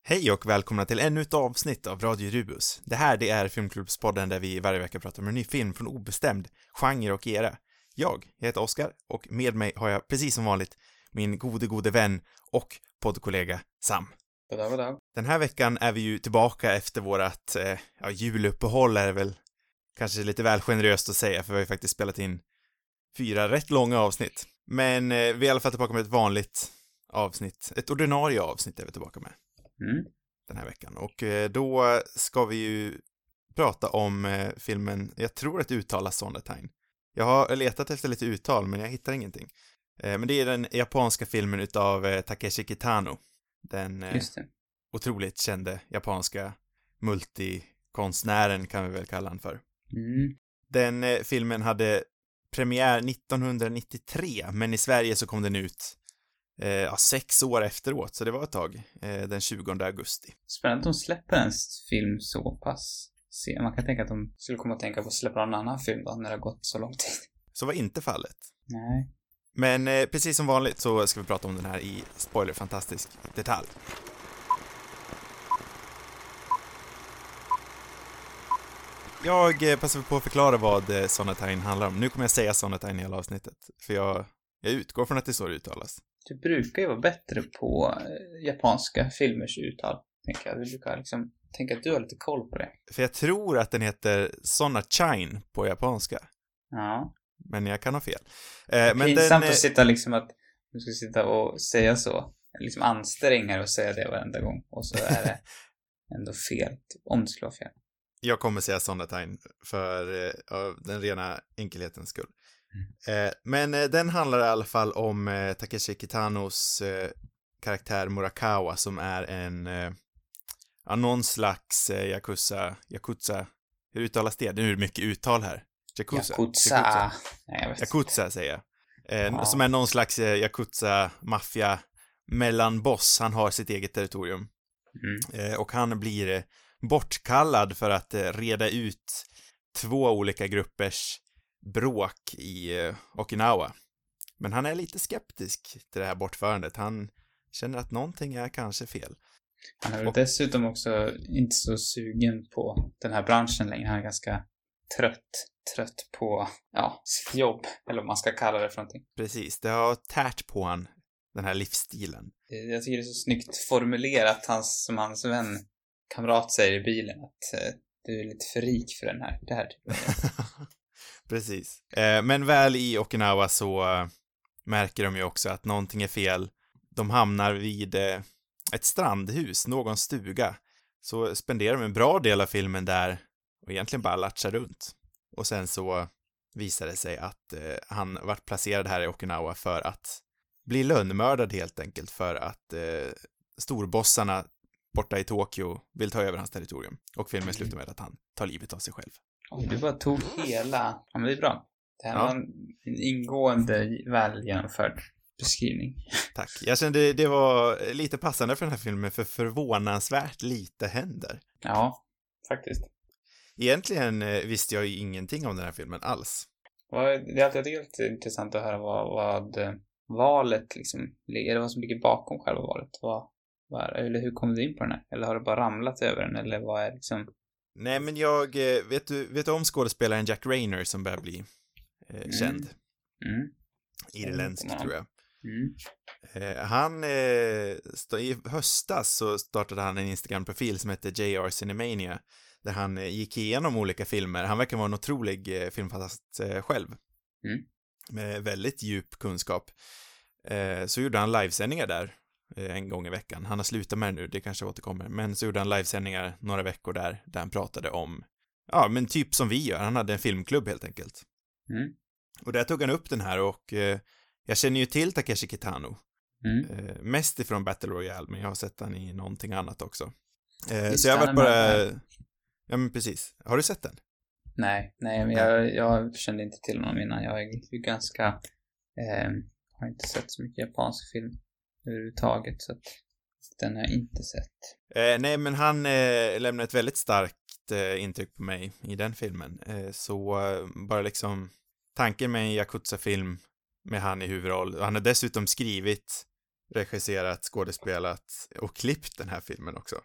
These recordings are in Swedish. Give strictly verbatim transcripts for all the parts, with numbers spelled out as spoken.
Hej och välkomna till ännu ett avsnitt av Radio Rubus. Det här det är Filmklubbspodden där vi varje vecka pratar om en ny film från obestämd genre och era. Jag, jag heter Oskar och med mig har jag precis som vanligt min gode gode vän och poddkollega Sam. Goddag, goddag. Den här veckan är vi ju tillbaka efter vårat eh, ja, juluppehåll är det väl kanske lite väl generöst att säga, för vi har ju faktiskt spelat in fyra rätt långa avsnitt. Men eh, vi är i alla fall tillbaka med ett vanligt avsnitt, ett ordinarie avsnitt är vi tillbaka med. Mm. Den här veckan. Och eh, då ska vi ju prata om eh, filmen, jag tror att det uttalas Sondheim. Jag har letat efter lite uttal men jag hittar ingenting. Eh, men det är den japanska filmen utav eh, Takeshi Kitano. Den eh, Just det. otroligt kände japanska multikonstnären kan vi väl kalla han för. Mm. Den eh, filmen hade premiär nittonhundranittiotre, men i Sverige så kom den ut eh, ja, sex år efteråt, så det var ett tag, eh, den tjugonde augusti. Spännande att de släpper en film så pass sen. Man kan tänka att de skulle komma att tänka på att släppa en annan film då, när det har gått så lång tid. Så var inte fallet. Nej. Men eh, precis som vanligt så ska vi prata om den här i spoilerfantastisk detalj. Jag eh, passar på att förklara vad eh, Sondheim handlar om. Nu kommer jag säga Sondheim i hela avsnittet. För jag, jag utgår från att det är så det uttalas. Du brukar ju vara bättre på eh, japanska filmers uttal, tänker jag. Du brukar liksom tänka att du har lite koll på det. För jag tror att den heter Sonachine på japanska. Ja. Men jag kan ha fel. Eh, men Pinsamt den, att sitta liksom att du ska sitta och säga så. Liksom anstränga och säga det varenda gång. Och så är det ändå fel. Typ, om det skulle vara fel. Jag kommer säga Sondheim för eh, av den rena enkelhetens skull. Mm. Eh, men eh, den handlar i alla fall om eh, Takeshi Kitanos eh, karaktär Murakawa som är en eh, ja, någon slags eh, yakuza, yakuza, hur uttalas det? Det är ju mycket uttal här. Yakuza. Yakuza. Yakuza, Nej, jag vet. yakuza säger jag. Eh, Ja. Som är någon slags eh, yakuza-maffia mellanboss. Han har sitt eget territorium. Mm. Eh, och han blir eh, bortkallad för att eh, reda ut två olika gruppers bråk i eh, Okinawa. Men han är lite skeptisk till det här bortförandet. Han känner att någonting är kanske fel. Han är väl Och- dessutom också inte så sugen på den här branschen längre. Han är ganska trött. Trött på, ja, sitt jobb. Eller vad man ska kalla det för någonting. Precis, det har tärt på han, den här livsstilen. Det- Jag tycker det är så snyggt formulerat, hans, som hans vän, kamrat säger i bilen, att eh, du är lite för rik för den här. Det här typen av- Precis. Eh, men väl i Okinawa så eh, märker de ju också att någonting är fel. De hamnar vid eh, ett strandhus, någon stuga. Så spenderar de en bra del av filmen där och egentligen bara latchar runt. Och sen så visar det sig att eh, han varit placerad här i Okinawa för att bli lönnmördad helt enkelt, för att eh, storbossarna borta i Tokyo vill ta över hans territorium. Och filmen slutar med att han tar livet av sig själv. Oj, du bara tog hela... Ja, men det är bra. Det här Ja. var en, en ingående, väl genomförd beskrivning. Tack. Jag kände det var lite passande för den här filmen, för förvånansvärt lite händer. Ja, faktiskt. Egentligen eh, visste jag ju ingenting om den här filmen alls. Vad- Det är alltid helt intressant att höra vad, vad eh, valet liksom ligger, eller vad som ligger bakom själva valet. Vad, vad är, eller hur kom du in på den här? Eller har du bara ramlat över den? Eller vad är liksom... Nej, men jag, eh, vet du, vet du om skådespelaren Jack Rayner som börjar bli eh, Mm. känd? Mm. Irländsk, Mm. tror jag. Mm. Eh, han, eh, st- i höstas så startade han en Instagram-profil som heter J R Cinemania, där han eh, gick igenom olika filmer. Han verkar vara en otrolig eh, filmfantast eh, själv. Mm. Med väldigt djup kunskap. Eh, så gjorde han livesändningar där eh, en gång i veckan. Han har slutat med det nu, det kanske återkommer. Men så gjorde han livesändningar några veckor där, där han pratade om, ja, men typ som vi gör. Han hade en filmklubb helt enkelt. Mm. Och där tog han upp den här och eh, jag känner ju till Takeshi Kitano. Mm. Eh, mest ifrån Battle Royale, men jag har sett den i någonting annat också. Eh, Just så jag har det, varit han är bara... med. Ja, men precis. Har du sett den? Nej, nej, men jag, jag kände inte till honom innan. Jag är ju ganska... Eh, har inte sett så mycket japansk film överhuvudtaget, så att den har jag inte sett. Eh, nej, men han eh, lämnar ett väldigt starkt eh, intryck på mig i den filmen. Eh, så eh, bara liksom tanken med en Yakuza-film med han i huvudroll. Han har dessutom skrivit regisserat, skådespelat och klippt den här filmen också.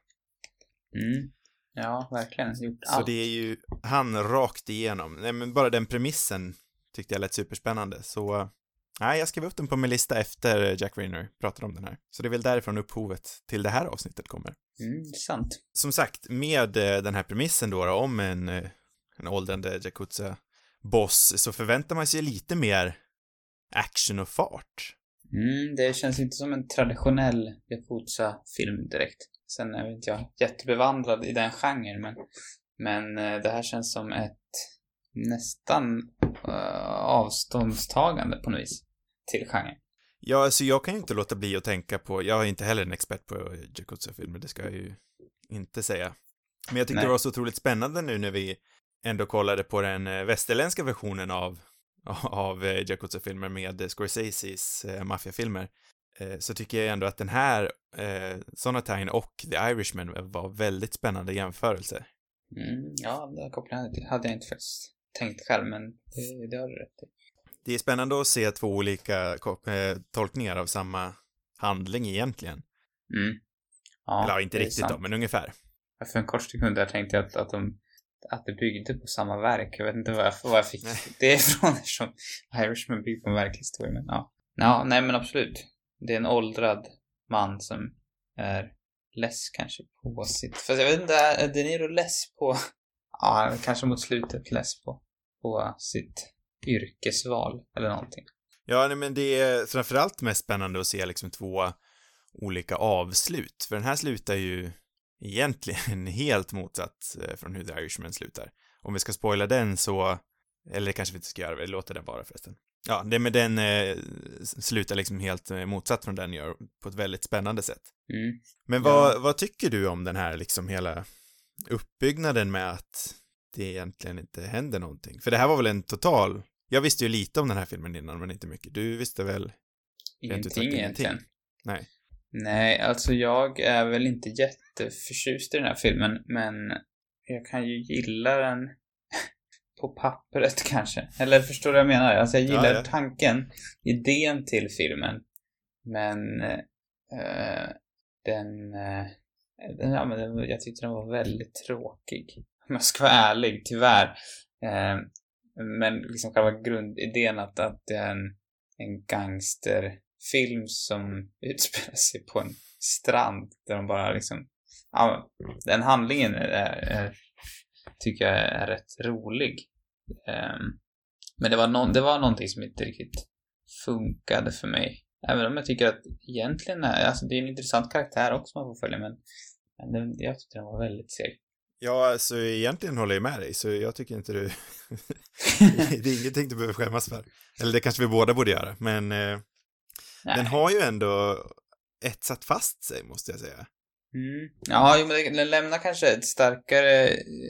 Mm. Ja, verkligen. Gjort Så allt. det är ju han rakt igenom. Nej, men bara den premissen tyckte jag lät superspännande. Så nej, jag skrev upp den på min lista efter Jack Reynor pratade om den här. Så det är väl därifrån upphovet till det här avsnittet kommer. Mm, sant. Som sagt, med eh, den här premissen då, då om en, eh, en åldrande Yakuza-boss så förväntar man sig lite mer action och fart. Mm, det känns inte som en traditionell Yakuza-film direkt. Sen är inte jag jättebevandrad i den genren, men, men det här känns som ett nästan uh, avståndstagande på något vis till genren. Ja, alltså jag kan ju inte låta bli att tänka på, jag är inte heller en expert på Yakuza-filmer, det ska jag ju inte säga. Men jag tyckte Nej. det var så otroligt spännande nu när vi ändå kollade på den västerländska versionen av, av Yakuza-filmer med Scorseses eh, maffiafilmer. Eh, så tycker jag ändå att den här eh, Sonatine och The Irishman var väldigt spännande jämförelser. Mm, ja, det kopplingen hade jag inte faktiskt tänkt själv, men det, det har du rätt i. Det är spännande att se två olika eh, tolkningar av samma handling egentligen. Mm. Ja, Eller ja, inte det är riktigt sant. då, men ungefär. För en kort sekund där tänkte jag att, att, de, att det byggde på samma verk. Jag vet inte vad jag, vad jag fick Nej. det ifrån, eftersom Irishman bygger på en verklig historia. Men ja. ja, nej men absolut. Det är en åldrad man som är less kanske på sitt... Fast jag vet inte, är De Niro less på... Ja, kanske mot slutet less på, på sitt yrkesval eller någonting. Ja, nej, men det är framförallt mest spännande att se liksom två olika avslut. För den här slutar ju egentligen helt motsatt från hur The Irishman slutar. Om vi ska spoila den så... Eller kanske vi inte ska göra det, låter den bara förresten. Ja, det med den eh, slutar liksom helt eh, motsatt från den gör på ett väldigt spännande sätt. Mm. Men vad, Ja. vad tycker du om den här liksom hela uppbyggnaden med att det egentligen inte händer någonting? För det här var väl en total... Jag visste ju lite om den här filmen innan, men inte mycket. Du visste väl... Ingenting egentligen. Nej. Nej, alltså jag är väl inte jätteförtjust i den här filmen, men jag kan ju gilla den på pappret kanske. Eller förstår du vad jag menar? Alltså jag gillar Ja, ja. tanken, idén till filmen, men eh, den, eh, den, ja, men den, jag tyckte den var väldigt tråkig. Om jag ska vara ärlig, tyvärr. Eh, men liksom själva grundidén att, att det är en, en gangsterfilm som utspelar sig på en strand där de bara liksom, ja, den handlingen är, är, tycker jag är rätt rolig. Um, men det var, no- det var någonting som inte riktigt funkade för mig. Även om jag tycker att egentligen är, alltså det är en intressant karaktär också man får följa, men, men den, jag tyckte den var väldigt seg. Ja, alltså egentligen håller jag med dig, så jag tycker inte du... det är ingenting du behöver skämmas för. Eller det kanske vi båda borde göra, men eh, den har ju ändå etsat fast sig, måste jag säga. Mm. Ja, jo, men den lämnar kanske ett starkare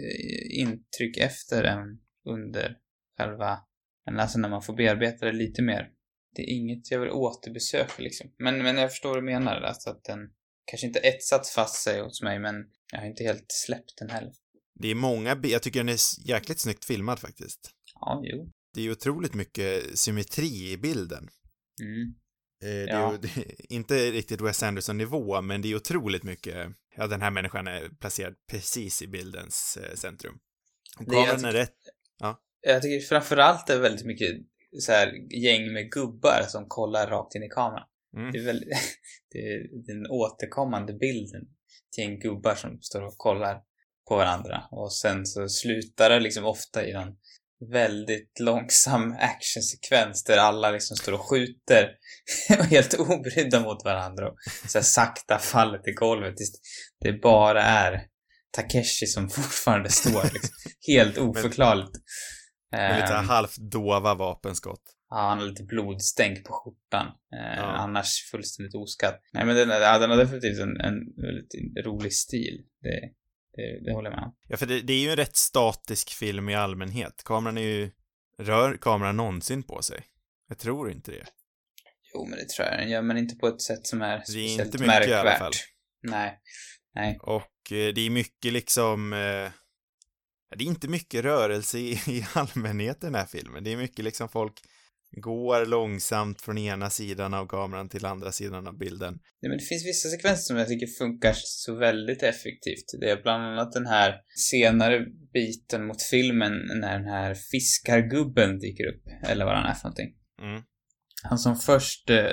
intryck efter än under själva, men alltså när man får bearbeta det lite mer. Det är inget jag vill återbesöka liksom. Men, men jag förstår vad du menar, alltså att den kanske inte etsat fast sig hos mig, men jag har inte helt släppt den heller. Det är många, jag tycker den är jäkligt snyggt filmad faktiskt. Ja, jo. Det är otroligt mycket symmetri i bilden. Mm. Eh, det Ja. är ju, det är inte riktigt Wes Anderson-nivå, men det är otroligt mycket, ja, den här människan är placerad precis i bildens eh, centrum. Och Det är- kameran är rätt. Jag tycker framförallt det är väldigt mycket så här gäng med gubbar som kollar rakt in i kameran. Mm. Det är väldigt, det är den återkommande bilden. Ett gäng gubbar som står och kollar på varandra. Och sen så slutar det liksom ofta i någon väldigt långsam actionsekvens där alla liksom står och skjuter och helt obrydda mot varandra och så här sakta faller till golvet. Det bara är Takeshi som fortfarande står liksom. Helt oförklarligt. Med lite Ehm, halvt dova vapenskott. Ja, han har lite blodstänk på skjortan. Eh, Ja. Annars fullständigt oskadd. Nej, men den, ja, den har definitivt en, en väldigt rolig stil. Det, det, det håller jag med om. Ja, för det, det är ju en rätt statisk film i allmänhet. Kameran är ju... Rör kameran någonsin på sig? Jag tror inte det. Jo, men det tror jag den gör, men inte på ett sätt som är speciellt inte mycket i alla märkvärt. fall. Nej. Nej. Och eh, det är mycket liksom... Eh, det är inte mycket rörelse i, i allmänhet i den här filmen. Det är mycket liksom folk går långsamt från ena sidan av kameran till andra sidan av bilden. Nej, men det finns vissa sekvenser som jag tycker funkar så väldigt effektivt. Det är bland annat den här senare biten mot filmen när den här fiskargubben dyker upp. Eller vad han är för någonting. Mm. Han som först eh,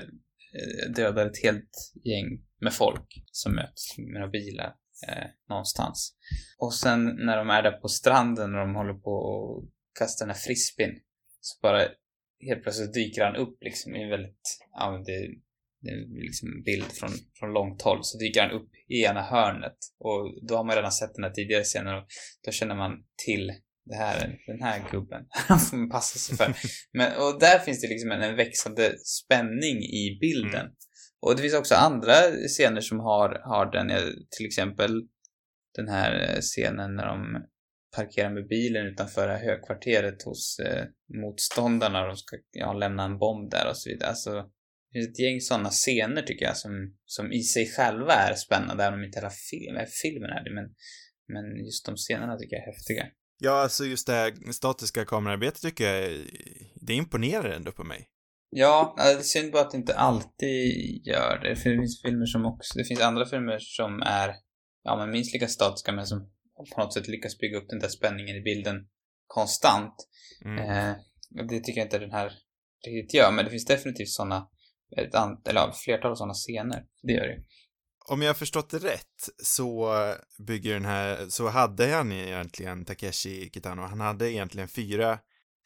dödar ett helt gäng med folk som möts med några bilar eh, någonstans. Och sen när de är där på stranden och de håller på och kastar den här frisbeen, så bara helt plötsligt dyker han upp liksom i en väldigt, ja, det, det är liksom en bild från, från långt håll, så dyker han upp i ena hörnet, och då har man redan sett den här tidigare scenen, och då känner man till det här, den här gubben. Han får man passa sig för. Men, och där finns det liksom en, en växande spänning i bilden. Mm. Och det finns också andra scener som har, har den, till exempel den här scenen när de parkerar med bilen utanför det här högkvarteret hos eh, motståndarna, och de ska ja, lämna en bomb där och så vidare. Alltså, det finns ett gäng sådana scener tycker jag som, som i sig själva är spännande, även om inte hela film, filmen är det, men, men just de scenerna tycker jag är häftiga. Ja, alltså just det här statiska kamerarbetet tycker jag, det imponerar ändå på mig. Ja, det är synd bara att det inte alltid gör det. För det finns filmer som också, det finns andra filmer som är ja, men minst lika statiska, men som på något sätt lyckas bygga upp den där spänningen i bilden konstant. Mm. Eh, det tycker jag inte den här riktigt gör, men det finns definitivt sådana, ett ant- eller flertal sådana scener. Det gör det. Om jag har förstått det rätt så bygger den här, så hade han egentligen Takeshi Kitano, han hade egentligen fyra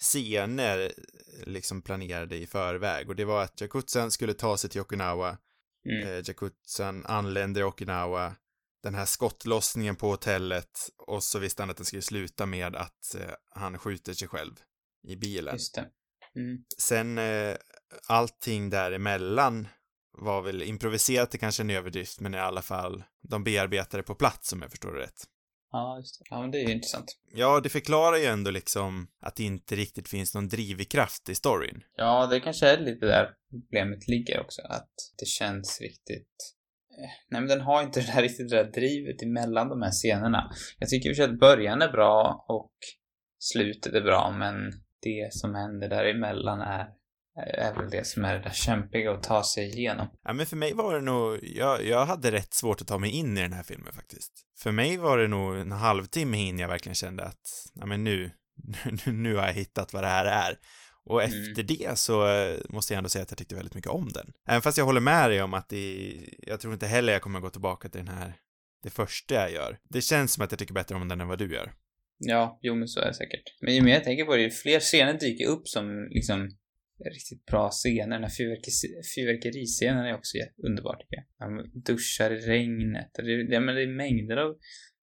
scener liksom planerade i förväg, och det var att Jakutsan skulle ta sig till Okinawa, mm. eh, Jakutsan anländer i Okinawa, den här skottlossningen på hotellet, och så visste han att den skulle sluta med att eh, han skjuter sig själv i bilen. Just det. Mm. Sen eh, allting däremellan var väl improviserat, det kanske är en överdrift, men i alla fall de bearbetade på plats, om jag förstår det rätt. Ja, just det. Ja, men det är ju intressant. Ja, det förklarar ju ändå liksom att det inte riktigt finns någon drivkraft i storyn. Ja, det kanske är lite där problemet ligger också, att det känns riktigt... Nej, men den har inte det där riktigt det där drivet emellan de här scenerna. Jag tycker ju att början är bra och slutet är bra, men det som händer däremellan är, är väl det som är det där kämpiga att ta sig igenom. Ja, men för mig var det nog, jag, jag hade rätt svårt att ta mig in i den här filmen faktiskt. För mig var det nog en halvtimme in jag verkligen kände att, ja men nu, nu, nu har jag hittat vad det här är. Och efter mm. det så måste jag ändå säga att jag tyckte väldigt mycket om den. Även fast jag håller med dig om att det, jag tror inte heller jag kommer gå tillbaka till den här, det första jag gör. Det känns som att jag tycker bättre om den än vad du gör. Ja, jo men så är det säkert. Men ju mer jag tänker på det, ju fler scener dyker upp som liksom riktigt bra scener. Den här fyrverkeri, fyrverkeriscenen är också underbar tycker jag. Han duschar i regnet. Det, det, men det är mängder av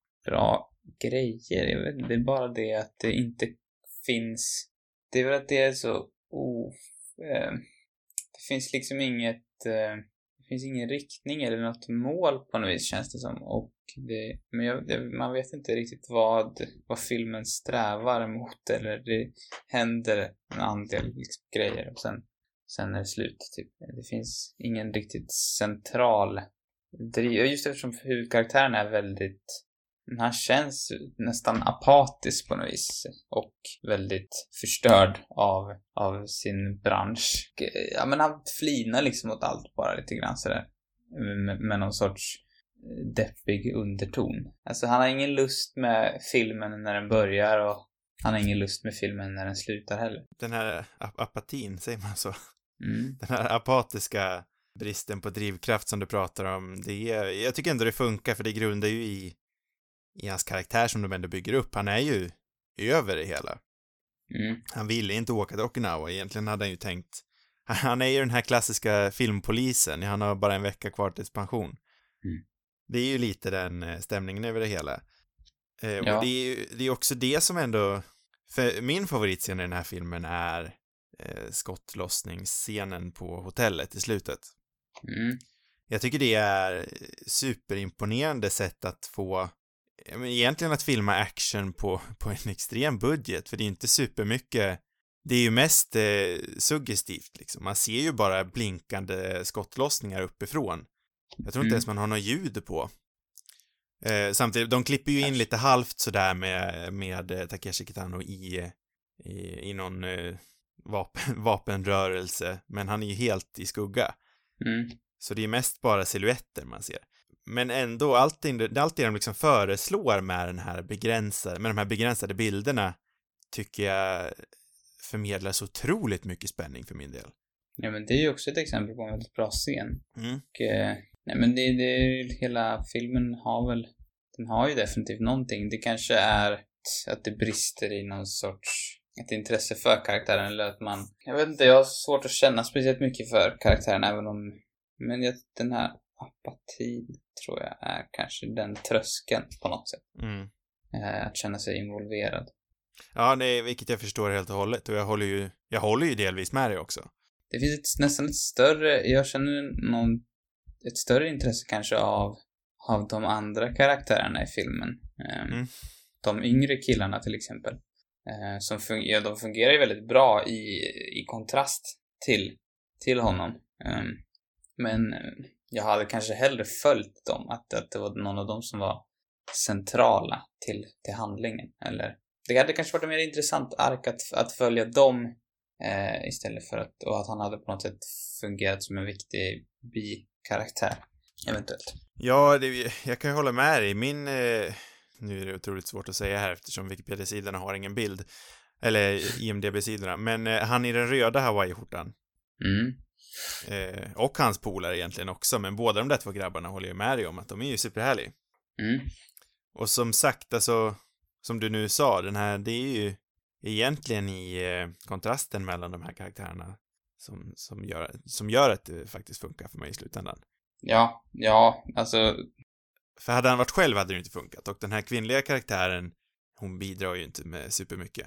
bra grejer. Jag vet, det är bara det att det inte finns... Det är väl att det är så... Oh, eh, det finns liksom inget... Eh, det finns ingen riktning eller något mål på något vis, känns det som. Och det, men jag, det, man vet inte riktigt vad, vad filmen strävar emot. Eller det händer en andel liksom, grejer. Och sen, sen är det slut. Typ. Det finns ingen riktigt central driv. Just eftersom huvudkaraktären är väldigt... Han känns nästan apatisk på något vis och väldigt förstörd av, av sin bransch. Ja, men han flinar liksom åt allt bara lite grann sådär. Med, med någon sorts deppig underton. Alltså han har ingen lust med filmen när den börjar och han har ingen lust med filmen när den slutar heller. Den här ap- apatin, säger man så? Mm. Den här apatiska bristen på drivkraft som du pratar om, det är, jag tycker ändå det funkar, för det grundar ju i i hans karaktär som de ändå bygger upp. Han är ju över det hela. Mm. Han ville inte åka till Okinawa. Egentligen hade han ju tänkt... Han är ju den här klassiska filmpolisen. Han har bara en vecka kvar till pension. Mm. Det är ju lite den stämningen över det hela. Eh, ja. Och det är ju det är också det som ändå... För min favoritscen i den här filmen är eh, skottlossningsscenen på hotellet i slutet. Mm. Jag tycker det är superimponerande sätt att få... egentligen att filma action på, på en extrem budget, för det är inte supermycket, det är ju mest eh, suggestivt liksom. Man ser ju bara blinkande skottlossningar uppifrån. Jag tror inte mm. ens man har något ljud på. Eh, samtidigt, de klipper ju in lite halvt sådär med, med Takeshi Kitano i, i, i någon, eh, vapen, vapenrörelse, men han är ju helt i skugga. Mm. Så det är mest bara silhuetter man ser. Men ändå, allting, allt det de liksom föreslår med den här begränsade, med de här begränsade bilderna tycker jag förmedlar så otroligt mycket spänning för min del. Ja, men det är ju också ett exempel på en väldigt bra scen. Mm. Och, eh, nej men det, det, hela filmen har väl, den har ju definitivt någonting. Det kanske är att det brister i någon sorts, ett intresse för karaktären, eller att man, jag vet inte, jag har svårt att känna speciellt mycket för karaktären, även om, men jag, den här apatin tror jag är kanske den tröskeln på något sätt. Mm. Eh, att känna sig involverad. Ja, det, vilket jag förstår helt och hållet. Och jag håller ju, jag håller ju delvis med dig också. Det finns ett, nästan ett större, jag känner någon, ett större intresse kanske av, av de andra karaktärerna i filmen. Um, Mm. De yngre killarna till exempel. Uh, som fun- ja, de fungerar ju väldigt bra i, i kontrast till, till honom. Um, men uh, jag hade kanske hellre följt dem, att, att det var någon av dem som var centrala till, till handlingen. Eller det hade kanske varit en mer intressant ark att, att följa dem eh, istället för att, och att han hade på något sätt fungerat som en viktig bikaraktär, eventuellt. Ja, det, jag kan ju hålla med dig. Min, eh, nu är det otroligt svårt att säga här eftersom Wikipedia-sidorna har ingen bild. Eller I M D B-sidorna. Men eh, han i den röda Hawaii-skjortan. Mm. Eh, och hans polare egentligen också. Men båda de där två grabbarna håller jag med dig om att de är ju superhärliga. Mm. Och som sagt, alltså, som du nu sa, den här, det är ju egentligen i eh, kontrasten mellan de här karaktärerna som, som, gör, som gör att det faktiskt funkar för mig i slutändan. Ja, ja, alltså... För hade han varit själv hade det inte funkat. Och den här kvinnliga karaktären, hon bidrar ju inte med supermycket.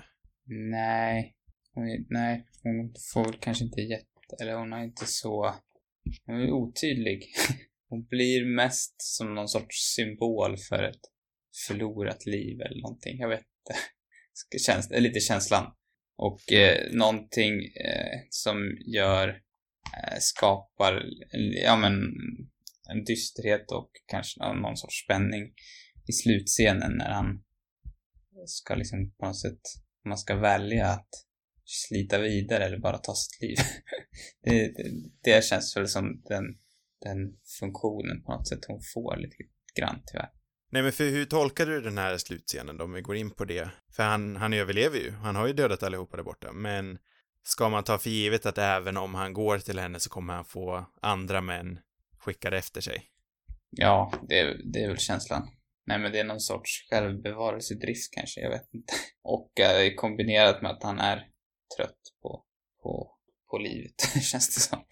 Nej, hon, nej, hon får väl kanske inte jätte... Eller hon är inte så... Hon är otydlig. Hon blir mest som någon sorts symbol för ett förlorat liv eller någonting. Jag vet inte. Känns, lite känslan. Och eh, någonting eh, som gör, eh, skapar ja, men, en dysterhet och kanske någon sorts spänning i slutscenen när han ska liksom på något sätt, man ska välja att slita vidare eller bara ta sitt liv. det, det, det känns väl som den, den funktionen på något sätt hon får lite grann tyvärr. Nej, men för hur tolkar du den här slutscenen då, om vi går in på det? För han, han överlever ju. Han har ju dödat allihopa där borta. Men ska man ta för givet att även om han går till henne så kommer han få andra män skickade efter sig? Ja, det, det är väl känslan. Nej, men det är någon sorts självbevarelsedrift kanske, jag vet inte. Och äh, kombinerat med att han är trött på, på, på livet, känns det som.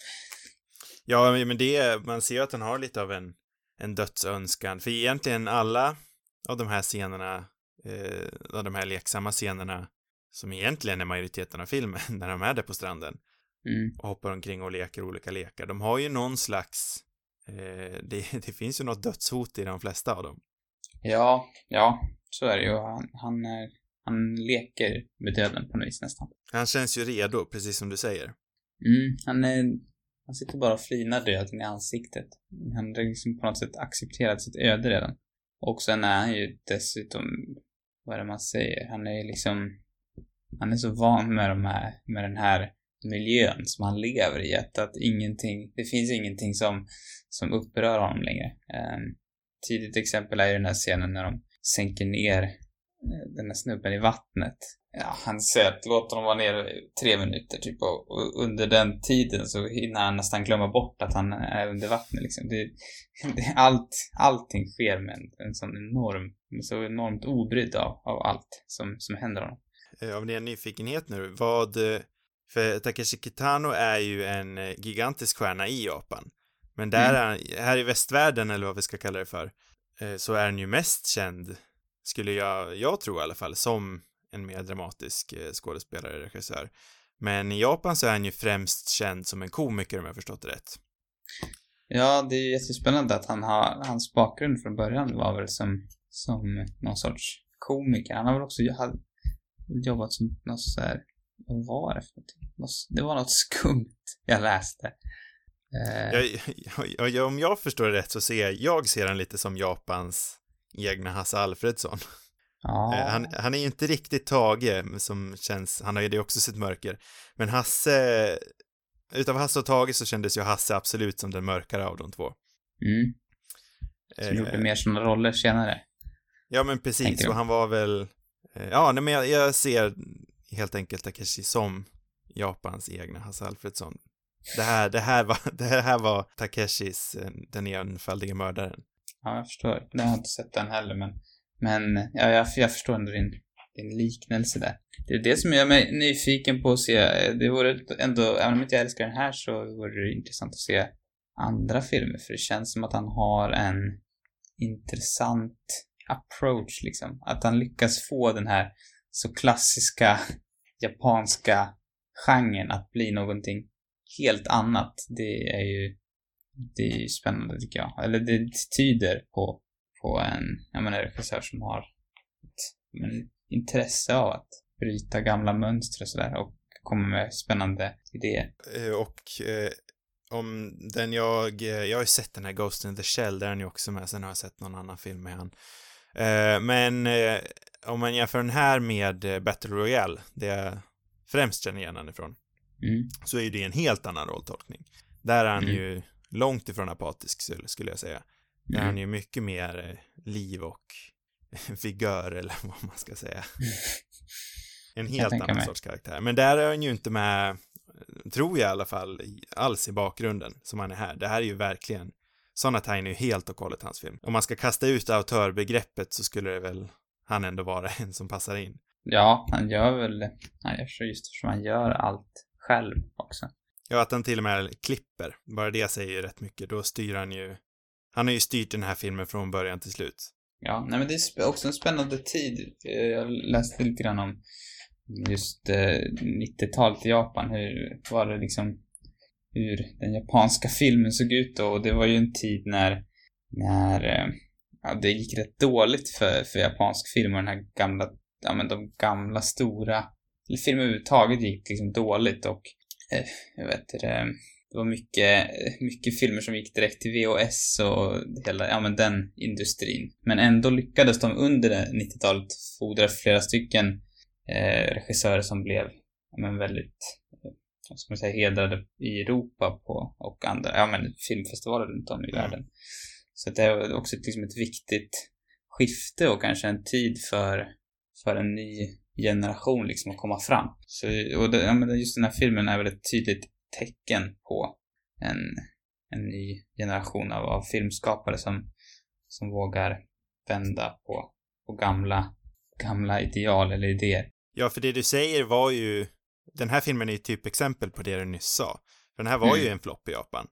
Ja, men det, man ser ju att han har lite av en en dödsönskan. För egentligen alla av de här scenerna, eh, av de här leksamma scenerna som egentligen är majoriteten av filmen, när de är där på stranden mm. och hoppar omkring och leker olika lekar, de har ju någon slags eh, det, det finns ju något dödshot i de flesta av dem. Ja, ja, så är det ju. Han, han, är, han leker med döden på något vis nästan. Han känns ju redo, precis som du säger. Mm, han är Han sitter bara och flinar döden i ansiktet. Han har liksom på något sätt accepterat sitt öde redan. Och sen är han ju dessutom, vad är det man säger, han är liksom, han är så van med, de här, med den här miljön som han lever i. Att, att ingenting, det finns ingenting som, som upprör honom längre. Um, tidigt exempel är ju den här scenen när de sänker ner den här snubben i vattnet. Ja, han säger att låt honom vara nere tre minuter typ, och, och under den tiden så hinner han nästan glömma bort att han är under vattnet liksom. Det, det, allt, allting sker med en, en sån enorm, så enormt obrydd av, av allt som, som händer honom. Av det är nyfikenhet nu, vad, för Takeshi Kitano är ju en gigantisk stjärna i Japan. Men där mm. är, här i västvärlden, eller vad vi ska kalla det för, så är han ju mest känd, skulle jag, jag tro i alla fall, som en mer dramatisk skådespelare, regissör. Men i Japan så är han ju främst känd som en komiker, om jag förstått det rätt. Ja, det är jättespännande att han har, hans bakgrund från början var väl som, som någon sorts komiker. Han har väl också hade, jobbat som något så här, vad var det för någonting? Det var något skumt jag läste. Eh. Jag, jag, om jag förstår det rätt så ser jag ser han lite som Japans egna Hasse Alfredson. Ja. Eh, han, han är ju inte riktigt Tage som känns, han har ju det också sitt mörker. Men Hasse, utav Hasse och Tage så kändes ju Hasse absolut som den mörkare av de två. Mm. Som eh, gjorde mer sådana roller senare. Ja, men precis. Och han var väl... Eh, ja, nej, men jag, jag ser helt enkelt Takeshi som Japans egna Hasse Alfredson. Det här, det här, var, det här var Takeshis Den enfaldige mördaren. Ja, jag förstår. Jag har inte sett den heller, men... Men ja, jag, jag förstår ändå din, din liknelse där. Det är det som gör mig nyfiken på att se. Det vore ändå... Även om inte jag älskar den här så vore det intressant att se andra filmer. För det känns som att han har en intressant approach liksom. Att han lyckas få den här så klassiska japanska genren att bli någonting helt annat. Det är ju det är ju spännande tycker jag. Eller det tyder på på en, jag menar, regissör som har ett men, intresse av att bryta gamla mönster och sådär och komma med spännande idéer. Och eh, om den jag, jag har ju sett den här Ghost in the Shell, där är han ju också med, sen har jag sett någon annan film med han. Eh, men eh, om man jämför den här med Battle Royale, det jag främst känner igen han ifrån, mm. så är ju det en helt annan rolltolkning. Där är han mm. ju långt ifrån apatisk, skulle jag säga. Där mm. han är ju mycket mer liv och vigör, eller vad man ska säga. En helt annan mig. sorts karaktär. Men där är han ju inte med, tror jag i alla fall, alls i bakgrunden som han är här. Det här är ju verkligen, Sonatine är ju helt och hållet hans film. Om man ska kasta ut autörbegreppet så skulle det väl han ändå vara en som passar in. Ja, han gör väl, han gör så just för han gör allt själv också. Ja, att han till och med klipper. Bara det säger ju rätt mycket. Då styr han ju, han har ju styrt den här filmen från början till slut. Ja, nej men det är också en spännande tid. Jag läste lite grann om just eh, nittiotalet i Japan. Hur var det liksom, hur den japanska filmen såg ut då. Och det var ju en tid när, när eh, ja, det gick rätt dåligt för, för japansk film. Och den här gamla, ja men de gamla stora, eller filmer överhuvudtaget gick liksom dåligt. Och eh, jag vet det, det var mycket, mycket filmer som gick direkt till V H S och hela, ja men den industrin. Men ändå lyckades de under nittiotalet fodra flera stycken eh, regissörer som blev ja, men väldigt, vad ska man säga, hedrade i Europa på, och andra, ja men filmfestivaler runt om i världen. Så det var också liksom ett viktigt skifte och kanske en tid för, för en ny generation liksom att komma fram. Så, och det, ja, men just den här filmen är väl ett tydligt tecken på en, en ny generation av, av filmskapare som, som vågar vända på, på gamla, gamla ideal eller idéer. Ja, för det du säger var ju, den här filmen är ju typ exempel på det du nyss sa. För den här var mm. ju en flopp i Japan.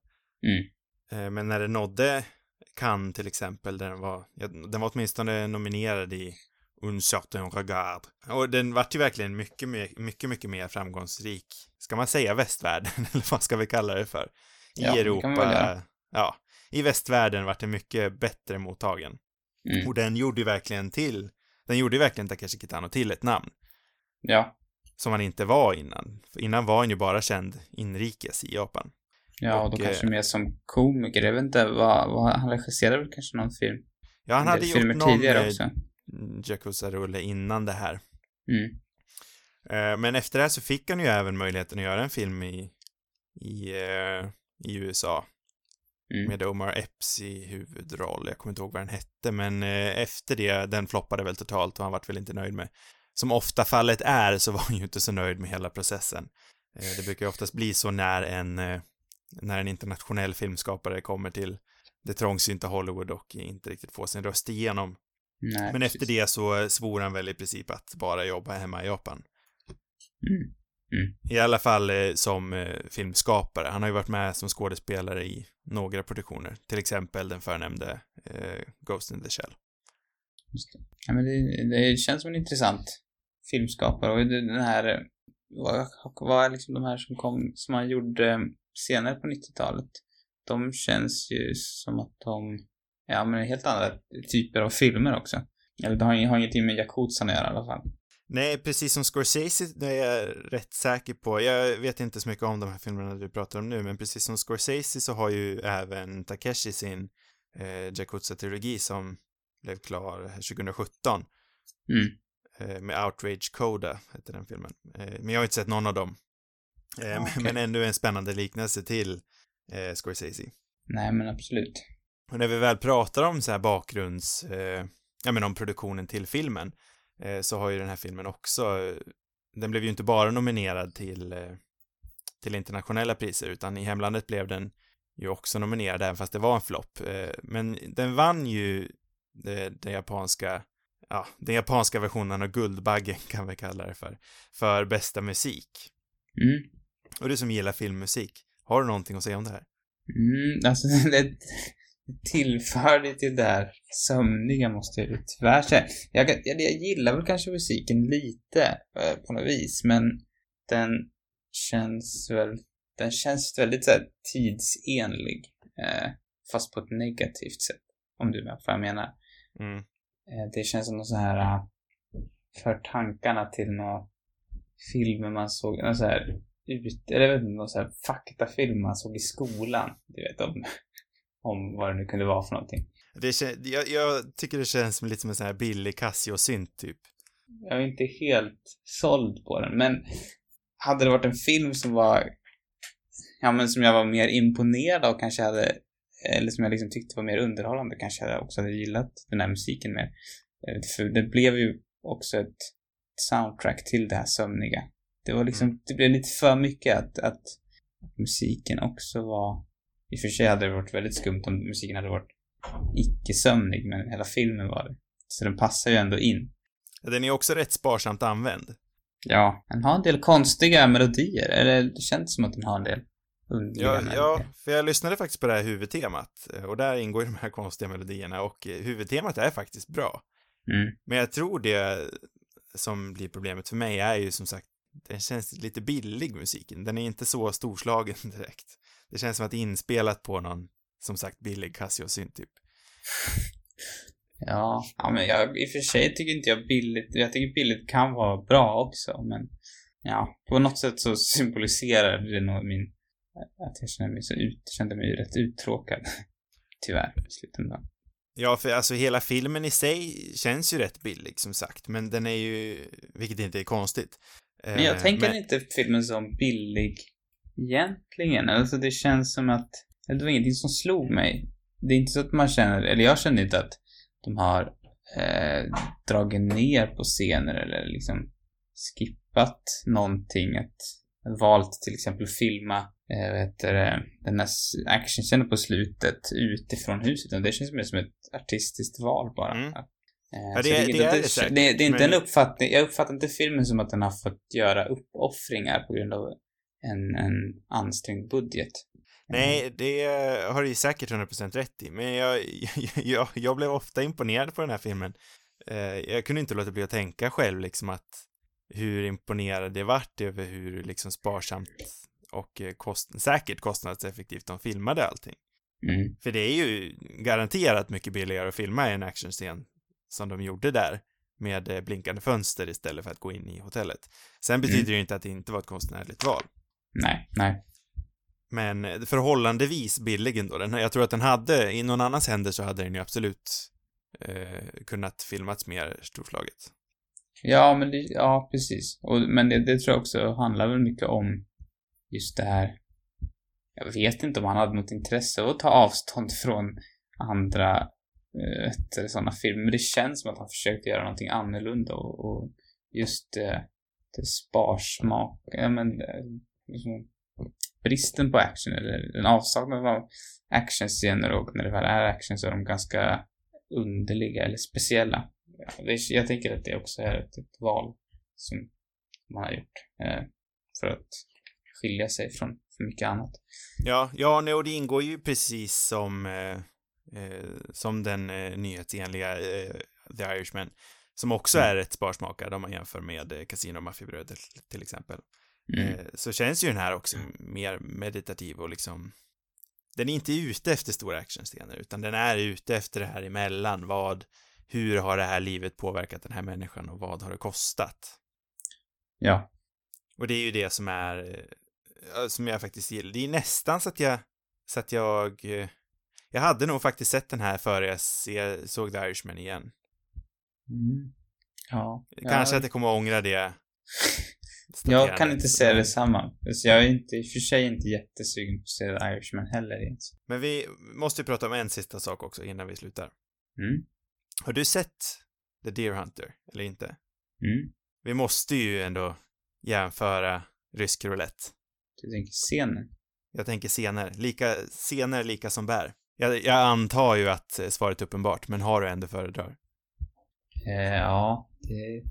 Mm. Men när den nådde Cannes till exempel, den var, den var åtminstone nominerad i Un certain regard. Och den var ju verkligen mycket, mycket, mycket, mycket mer framgångsrik. Ska man säga västvärlden, eller vad ska vi kalla det för? I ja, Europa, ja. I västvärlden var det mycket bättre mottagen. Mm. Och den gjorde ju verkligen till, den gjorde ju verkligen Takeshi Kitano till ett namn. Ja. Som han inte var innan. För innan var han ju bara känd inrikes i Japan. Ja, och då och, kanske mer som komiker. Jag vet inte, vad, vad, han regisserade väl kanske någon film? Ja, han hade gjort någon tidigare också. Yakuza-rulle innan det här. Mm. Men efter det här så fick han ju även möjligheten att göra en film i, i, i U S A. Mm. Med Omar Epps i huvudroll. Jag kommer inte ihåg vad den hette, men efter det, den floppade väl totalt och han var väl inte nöjd med. Som ofta fallet är så var han ju inte så nöjd med hela processen. Det brukar ju oftast bli så när en, när en internationell filmskapare kommer till det trångsynta Hollywood och inte riktigt får sin röst igenom. Nej, men precis. efter det så svor han väl i princip att bara jobba hemma i Japan. Mm. Mm. I alla fall eh, som eh, filmskapare. Han har ju varit med som skådespelare i några produktioner. Till exempel den förnämnde eh, Ghost in the Shell. Just det. Ja, men det, det känns som en intressant filmskapare. Och den här, vad, vad är liksom de här som kom, som han gjorde senare på nittiotalet? De känns ju som att de, ja men helt andra typer av filmer också. Eller det har, har ingenting med Yakuza att göra i alla fall. Nej, precis som Scorsese, det är jag rätt säker på. Jag vet inte så mycket om de här filmerna du pratar om nu, men precis som Scorsese så har ju även Takeshi sin eh, Yakuza-trilogi som blev klar tjugohundrasjutton. Mm. Eh, med Outrage Coda heter den filmen. Eh, men jag har inte sett någon av dem. Eh, Okay. Men ändå en spännande liknelse till eh, Scorsese. Nej, men absolut. Och när vi väl pratar om så här bakgrunds... Eh, ja, men om produktionen till filmen, eh, så har ju den här filmen också... Eh, den blev ju inte bara nominerad till, eh, till internationella priser, utan i hemlandet blev den ju också nominerad, även fast det var en flopp. Eh, men den vann ju det, det japanska... Ja, den japanska versionen av Guldbaggen kan vi kalla det för. För bästa musik. Mm. Och du som gillar filmmusik, har du någonting att säga om det här? Mm, alltså det tillför det till det här sömniga, måste jag ju tyvärr säga. Jag, jag, jag gillar väl kanske musiken lite eh, på något vis, men den känns väl den känns väldigt så här tidsenlig, eh, fast på ett negativt sätt, om du vet vad jag menar. Mm. Eh, det känns som något så här uh, för tankarna till några filmer man såg, någon så här ut, eller jag vet inte, någon så här faktafilm man såg i skolan, du vet, om, om vad det nu kunde vara för någonting. Det kän- jag, jag tycker det känns som lite som en sån här billig Casio-synt typ. Jag är inte helt såld på den, men hade det varit en film som var, ja men som jag var mer imponerad av, kanske hade, eller som jag liksom tyckte var mer underhållande, kanske jag också hade gillat den här musiken mer. För det blev ju också ett soundtrack till det här sömniga. Det var liksom, mm. det blev lite för mycket att, att musiken också var, i och för sig hade det varit väldigt skumt om musiken hade varit icke-sömnig, men hela filmen var det. Så den passar ju ändå in. Den är också rätt sparsamt använd. Ja, den har en del konstiga melodier, eller det känns som att den har en del underliga ja, melodier. Ja, för jag lyssnade faktiskt på det här huvudtemat, och där ingår de här konstiga melodierna, och huvudtemat är faktiskt bra. Mm. Men jag tror det som blir problemet för mig är ju som sagt, den känns lite billig, musiken. Den är inte så storslagen direkt. Det känns som att det är inspelat på någon, som sagt, billig Casio-synt typ. Ja, ja, men jag, i och för sig tycker inte jag billigt, jag tycker billigt kan vara bra också, men ja, på något sätt så symboliserar det nog min, att jag känner mig så ut, kände mig rätt uttråkad, tyvärr, i slutändan. Ja, för alltså hela filmen i sig känns ju rätt billig, som sagt, men den är ju, vilket inte är konstigt. Men jag tänker men... inte filmen som billig egentligen, alltså det känns som att, det var ingenting som slog mig. Det är inte så att man känner, eller jag känner inte att de har eh, dragit ner på scener eller liksom skippat någonting, att valt till exempel filma eh, vad heter det, den här actionscenen på slutet utifrån huset, och det känns mer som ett artistiskt val bara. Mm. Eh, ja, det, det, det, det, det är det, det säkert, det, det är inte men... en uppfattning, jag uppfattar inte filmen som att den har fått göra uppoffringar på grund av en, en ansträngd budget. Nej, det har du säkert hundra procent rätt i, men jag, jag, jag blev ofta imponerad på den här filmen. Jag kunde inte låta bli att tänka själv liksom att hur imponerad det vart över hur liksom sparsamt och kost, säkert kostnadseffektivt de filmade allting. Mm. För det är ju garanterat mycket billigare att filma en actionscen som de gjorde där med blinkande fönster istället för att gå in i hotellet. Sen betyder mm. det ju inte att det inte var ett konstnärligt val. Nej, nej. Men förhållandevis billig ändå. Den, jag tror att den hade, i någon annans händer så hade den ju absolut eh, kunnat filmats mer storslaget. Ja, men det, ja, precis. Och, men det, det tror jag också handlar väl mycket om just det här. Jag vet inte om han hade något intresse av att ta avstånd från andra eh, sådana filmer. Men det känns som att han försökte göra någonting annorlunda och, och just eh, det sparsmak. Ja, men liksom, bristen på action eller en avsaknad av actionscener, och när det väl är action så är de ganska underliga eller speciella. Ja, det är, jag tänker att det också är ett, ett val som man har gjort eh, för att skilja sig från för mycket annat. Ja, ja, och det ingår ju precis som eh, eh, som den eh, nyhetsenliga eh, The Irishman, som också mm. är ett sparsmakad om man jämför med eh, Casino och Maffiabröder till exempel. Mm. Eh, så känns ju den här också mer meditativ och liksom, den är inte ute efter stora actionscener, utan den är ute efter det här emellan. Vad, hur har det här livet påverkat den här människan och vad har det kostat? Ja. Och det är ju det som är som jag faktiskt gillar. Det är nästan så att jag så att jag jag hade nog faktiskt sett den här före jag se, såg The Irishman igen. Mm. Ja. Kanske ja. att jag kommer att ångra det. Jag kan inte säga detsamma. Så jag är inte, i och för sig inte jättesugen på att se The Irishman heller ens. Men vi måste ju prata om en sista sak också innan vi slutar. Mm. Har du sett The Deer Hunter, eller inte? Mm. Vi måste ju ändå jämföra rysk roulette. Du tänker scenen? Jag tänker scener. Lika, scener lika som bär. Jag, jag antar ju att svaret är uppenbart, men har du ändå föredrar? Eh, ja, det,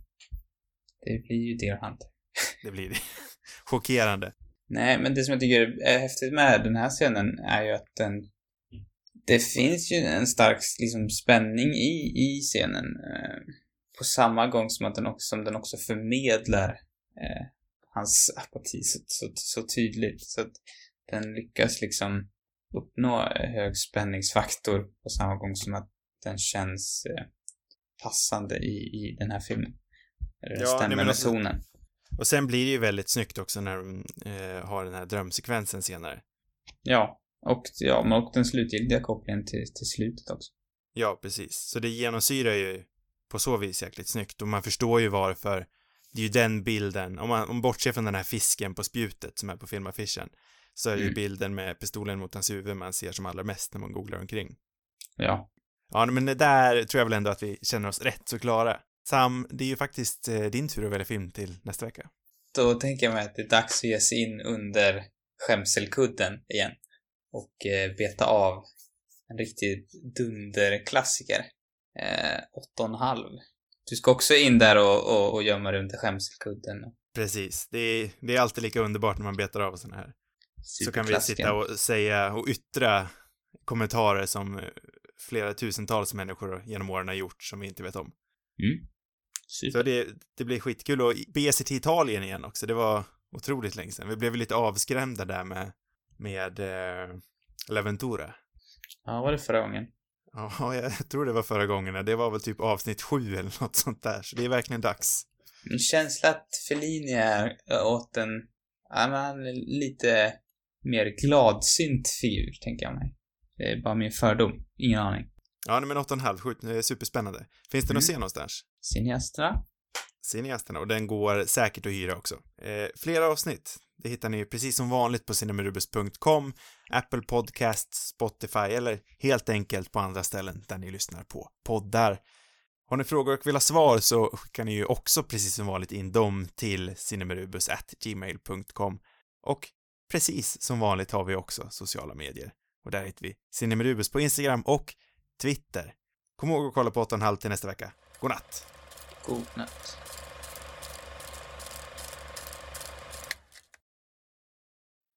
det blir ju Deer Hunter. Det blir det. Chockerande. Nej, men det som jag tycker är häftigt med den här scenen är ju att den... Det finns ju en stark liksom, spänning i, i scenen. Eh, på samma gång som att den också, som den också förmedlar eh, hans apati så, så, så tydligt. Så att den lyckas liksom uppnå hög spänningsfaktor på samma gång som att den känns eh, passande i, i den här filmen. Det Ja, stämmer nej, men med också- tonen. Och sen blir det ju väldigt snyggt också när de eh, har den här drömsekvensen senare. Ja, och, ja, men och den slutgiltiga kopplingen till, till slutet också. Ja, precis. Så det genomsyrar ju på så vis jäkligt snyggt. Och man förstår ju varför. Det är ju den bilden. Om man, om man bortser från den här fisken på spjutet som är på filmaffischen, så är det ju Mm. bilden med pistolen mot hans huvud man ser som allra mest när man googlar omkring. Ja. Ja, men det där tror jag väl ändå att vi känner oss rätt så klara. Sam, det är ju faktiskt eh, din tur att välja film till nästa vecka. Då tänker jag mig att det är dags att ge sig in under skämselkudden igen. Och eh, beta av en riktig dunderklassiker. Eh, åtta och en halv. Du ska också in där och, och, och gömma dig under skämselkudden. Precis. Det är, det är alltid lika underbart när man betar av såna här. Så kan vi sitta och säga och yttra kommentarer som flera tusentals människor genom åren har gjort som vi inte vet om. Mm. Super. Så det, det blir skitkul att bege sig till Italien igen också. Det var otroligt länge sedan. Vi blev lite avskrämda där med, med eh, L'Aventura. Ja, var det förra gången? Ja, jag tror det var förra gången. Det var väl typ avsnitt sju eller något sånt där. Så det är verkligen dags. En känsla att Fellini är åt en, ja, men lite mer gladsynt figur, tänker jag mig. Det är bara min fördom. Ingen aning. Ja, men åtta och en halv, skjut, det är superspännande. Finns det Mm. något att se någonstans? Cineasterna? Cineasterna, och den går säkert att hyra också. Eh, flera avsnitt, det hittar ni precis som vanligt på cinemarubus punkt com, Apple Podcasts, Spotify eller helt enkelt på andra ställen där ni lyssnar på poddar. Har ni frågor och vill ha svar så skickar ni ju också precis som vanligt in dem till cinemarubus at gmail punkt com, och precis som vanligt har vi också sociala medier, och där heter vi Cinemarubus på Instagram och Twitter. Kom ihåg att kolla på åtta och en halv till nästa vecka. God natt! God natt.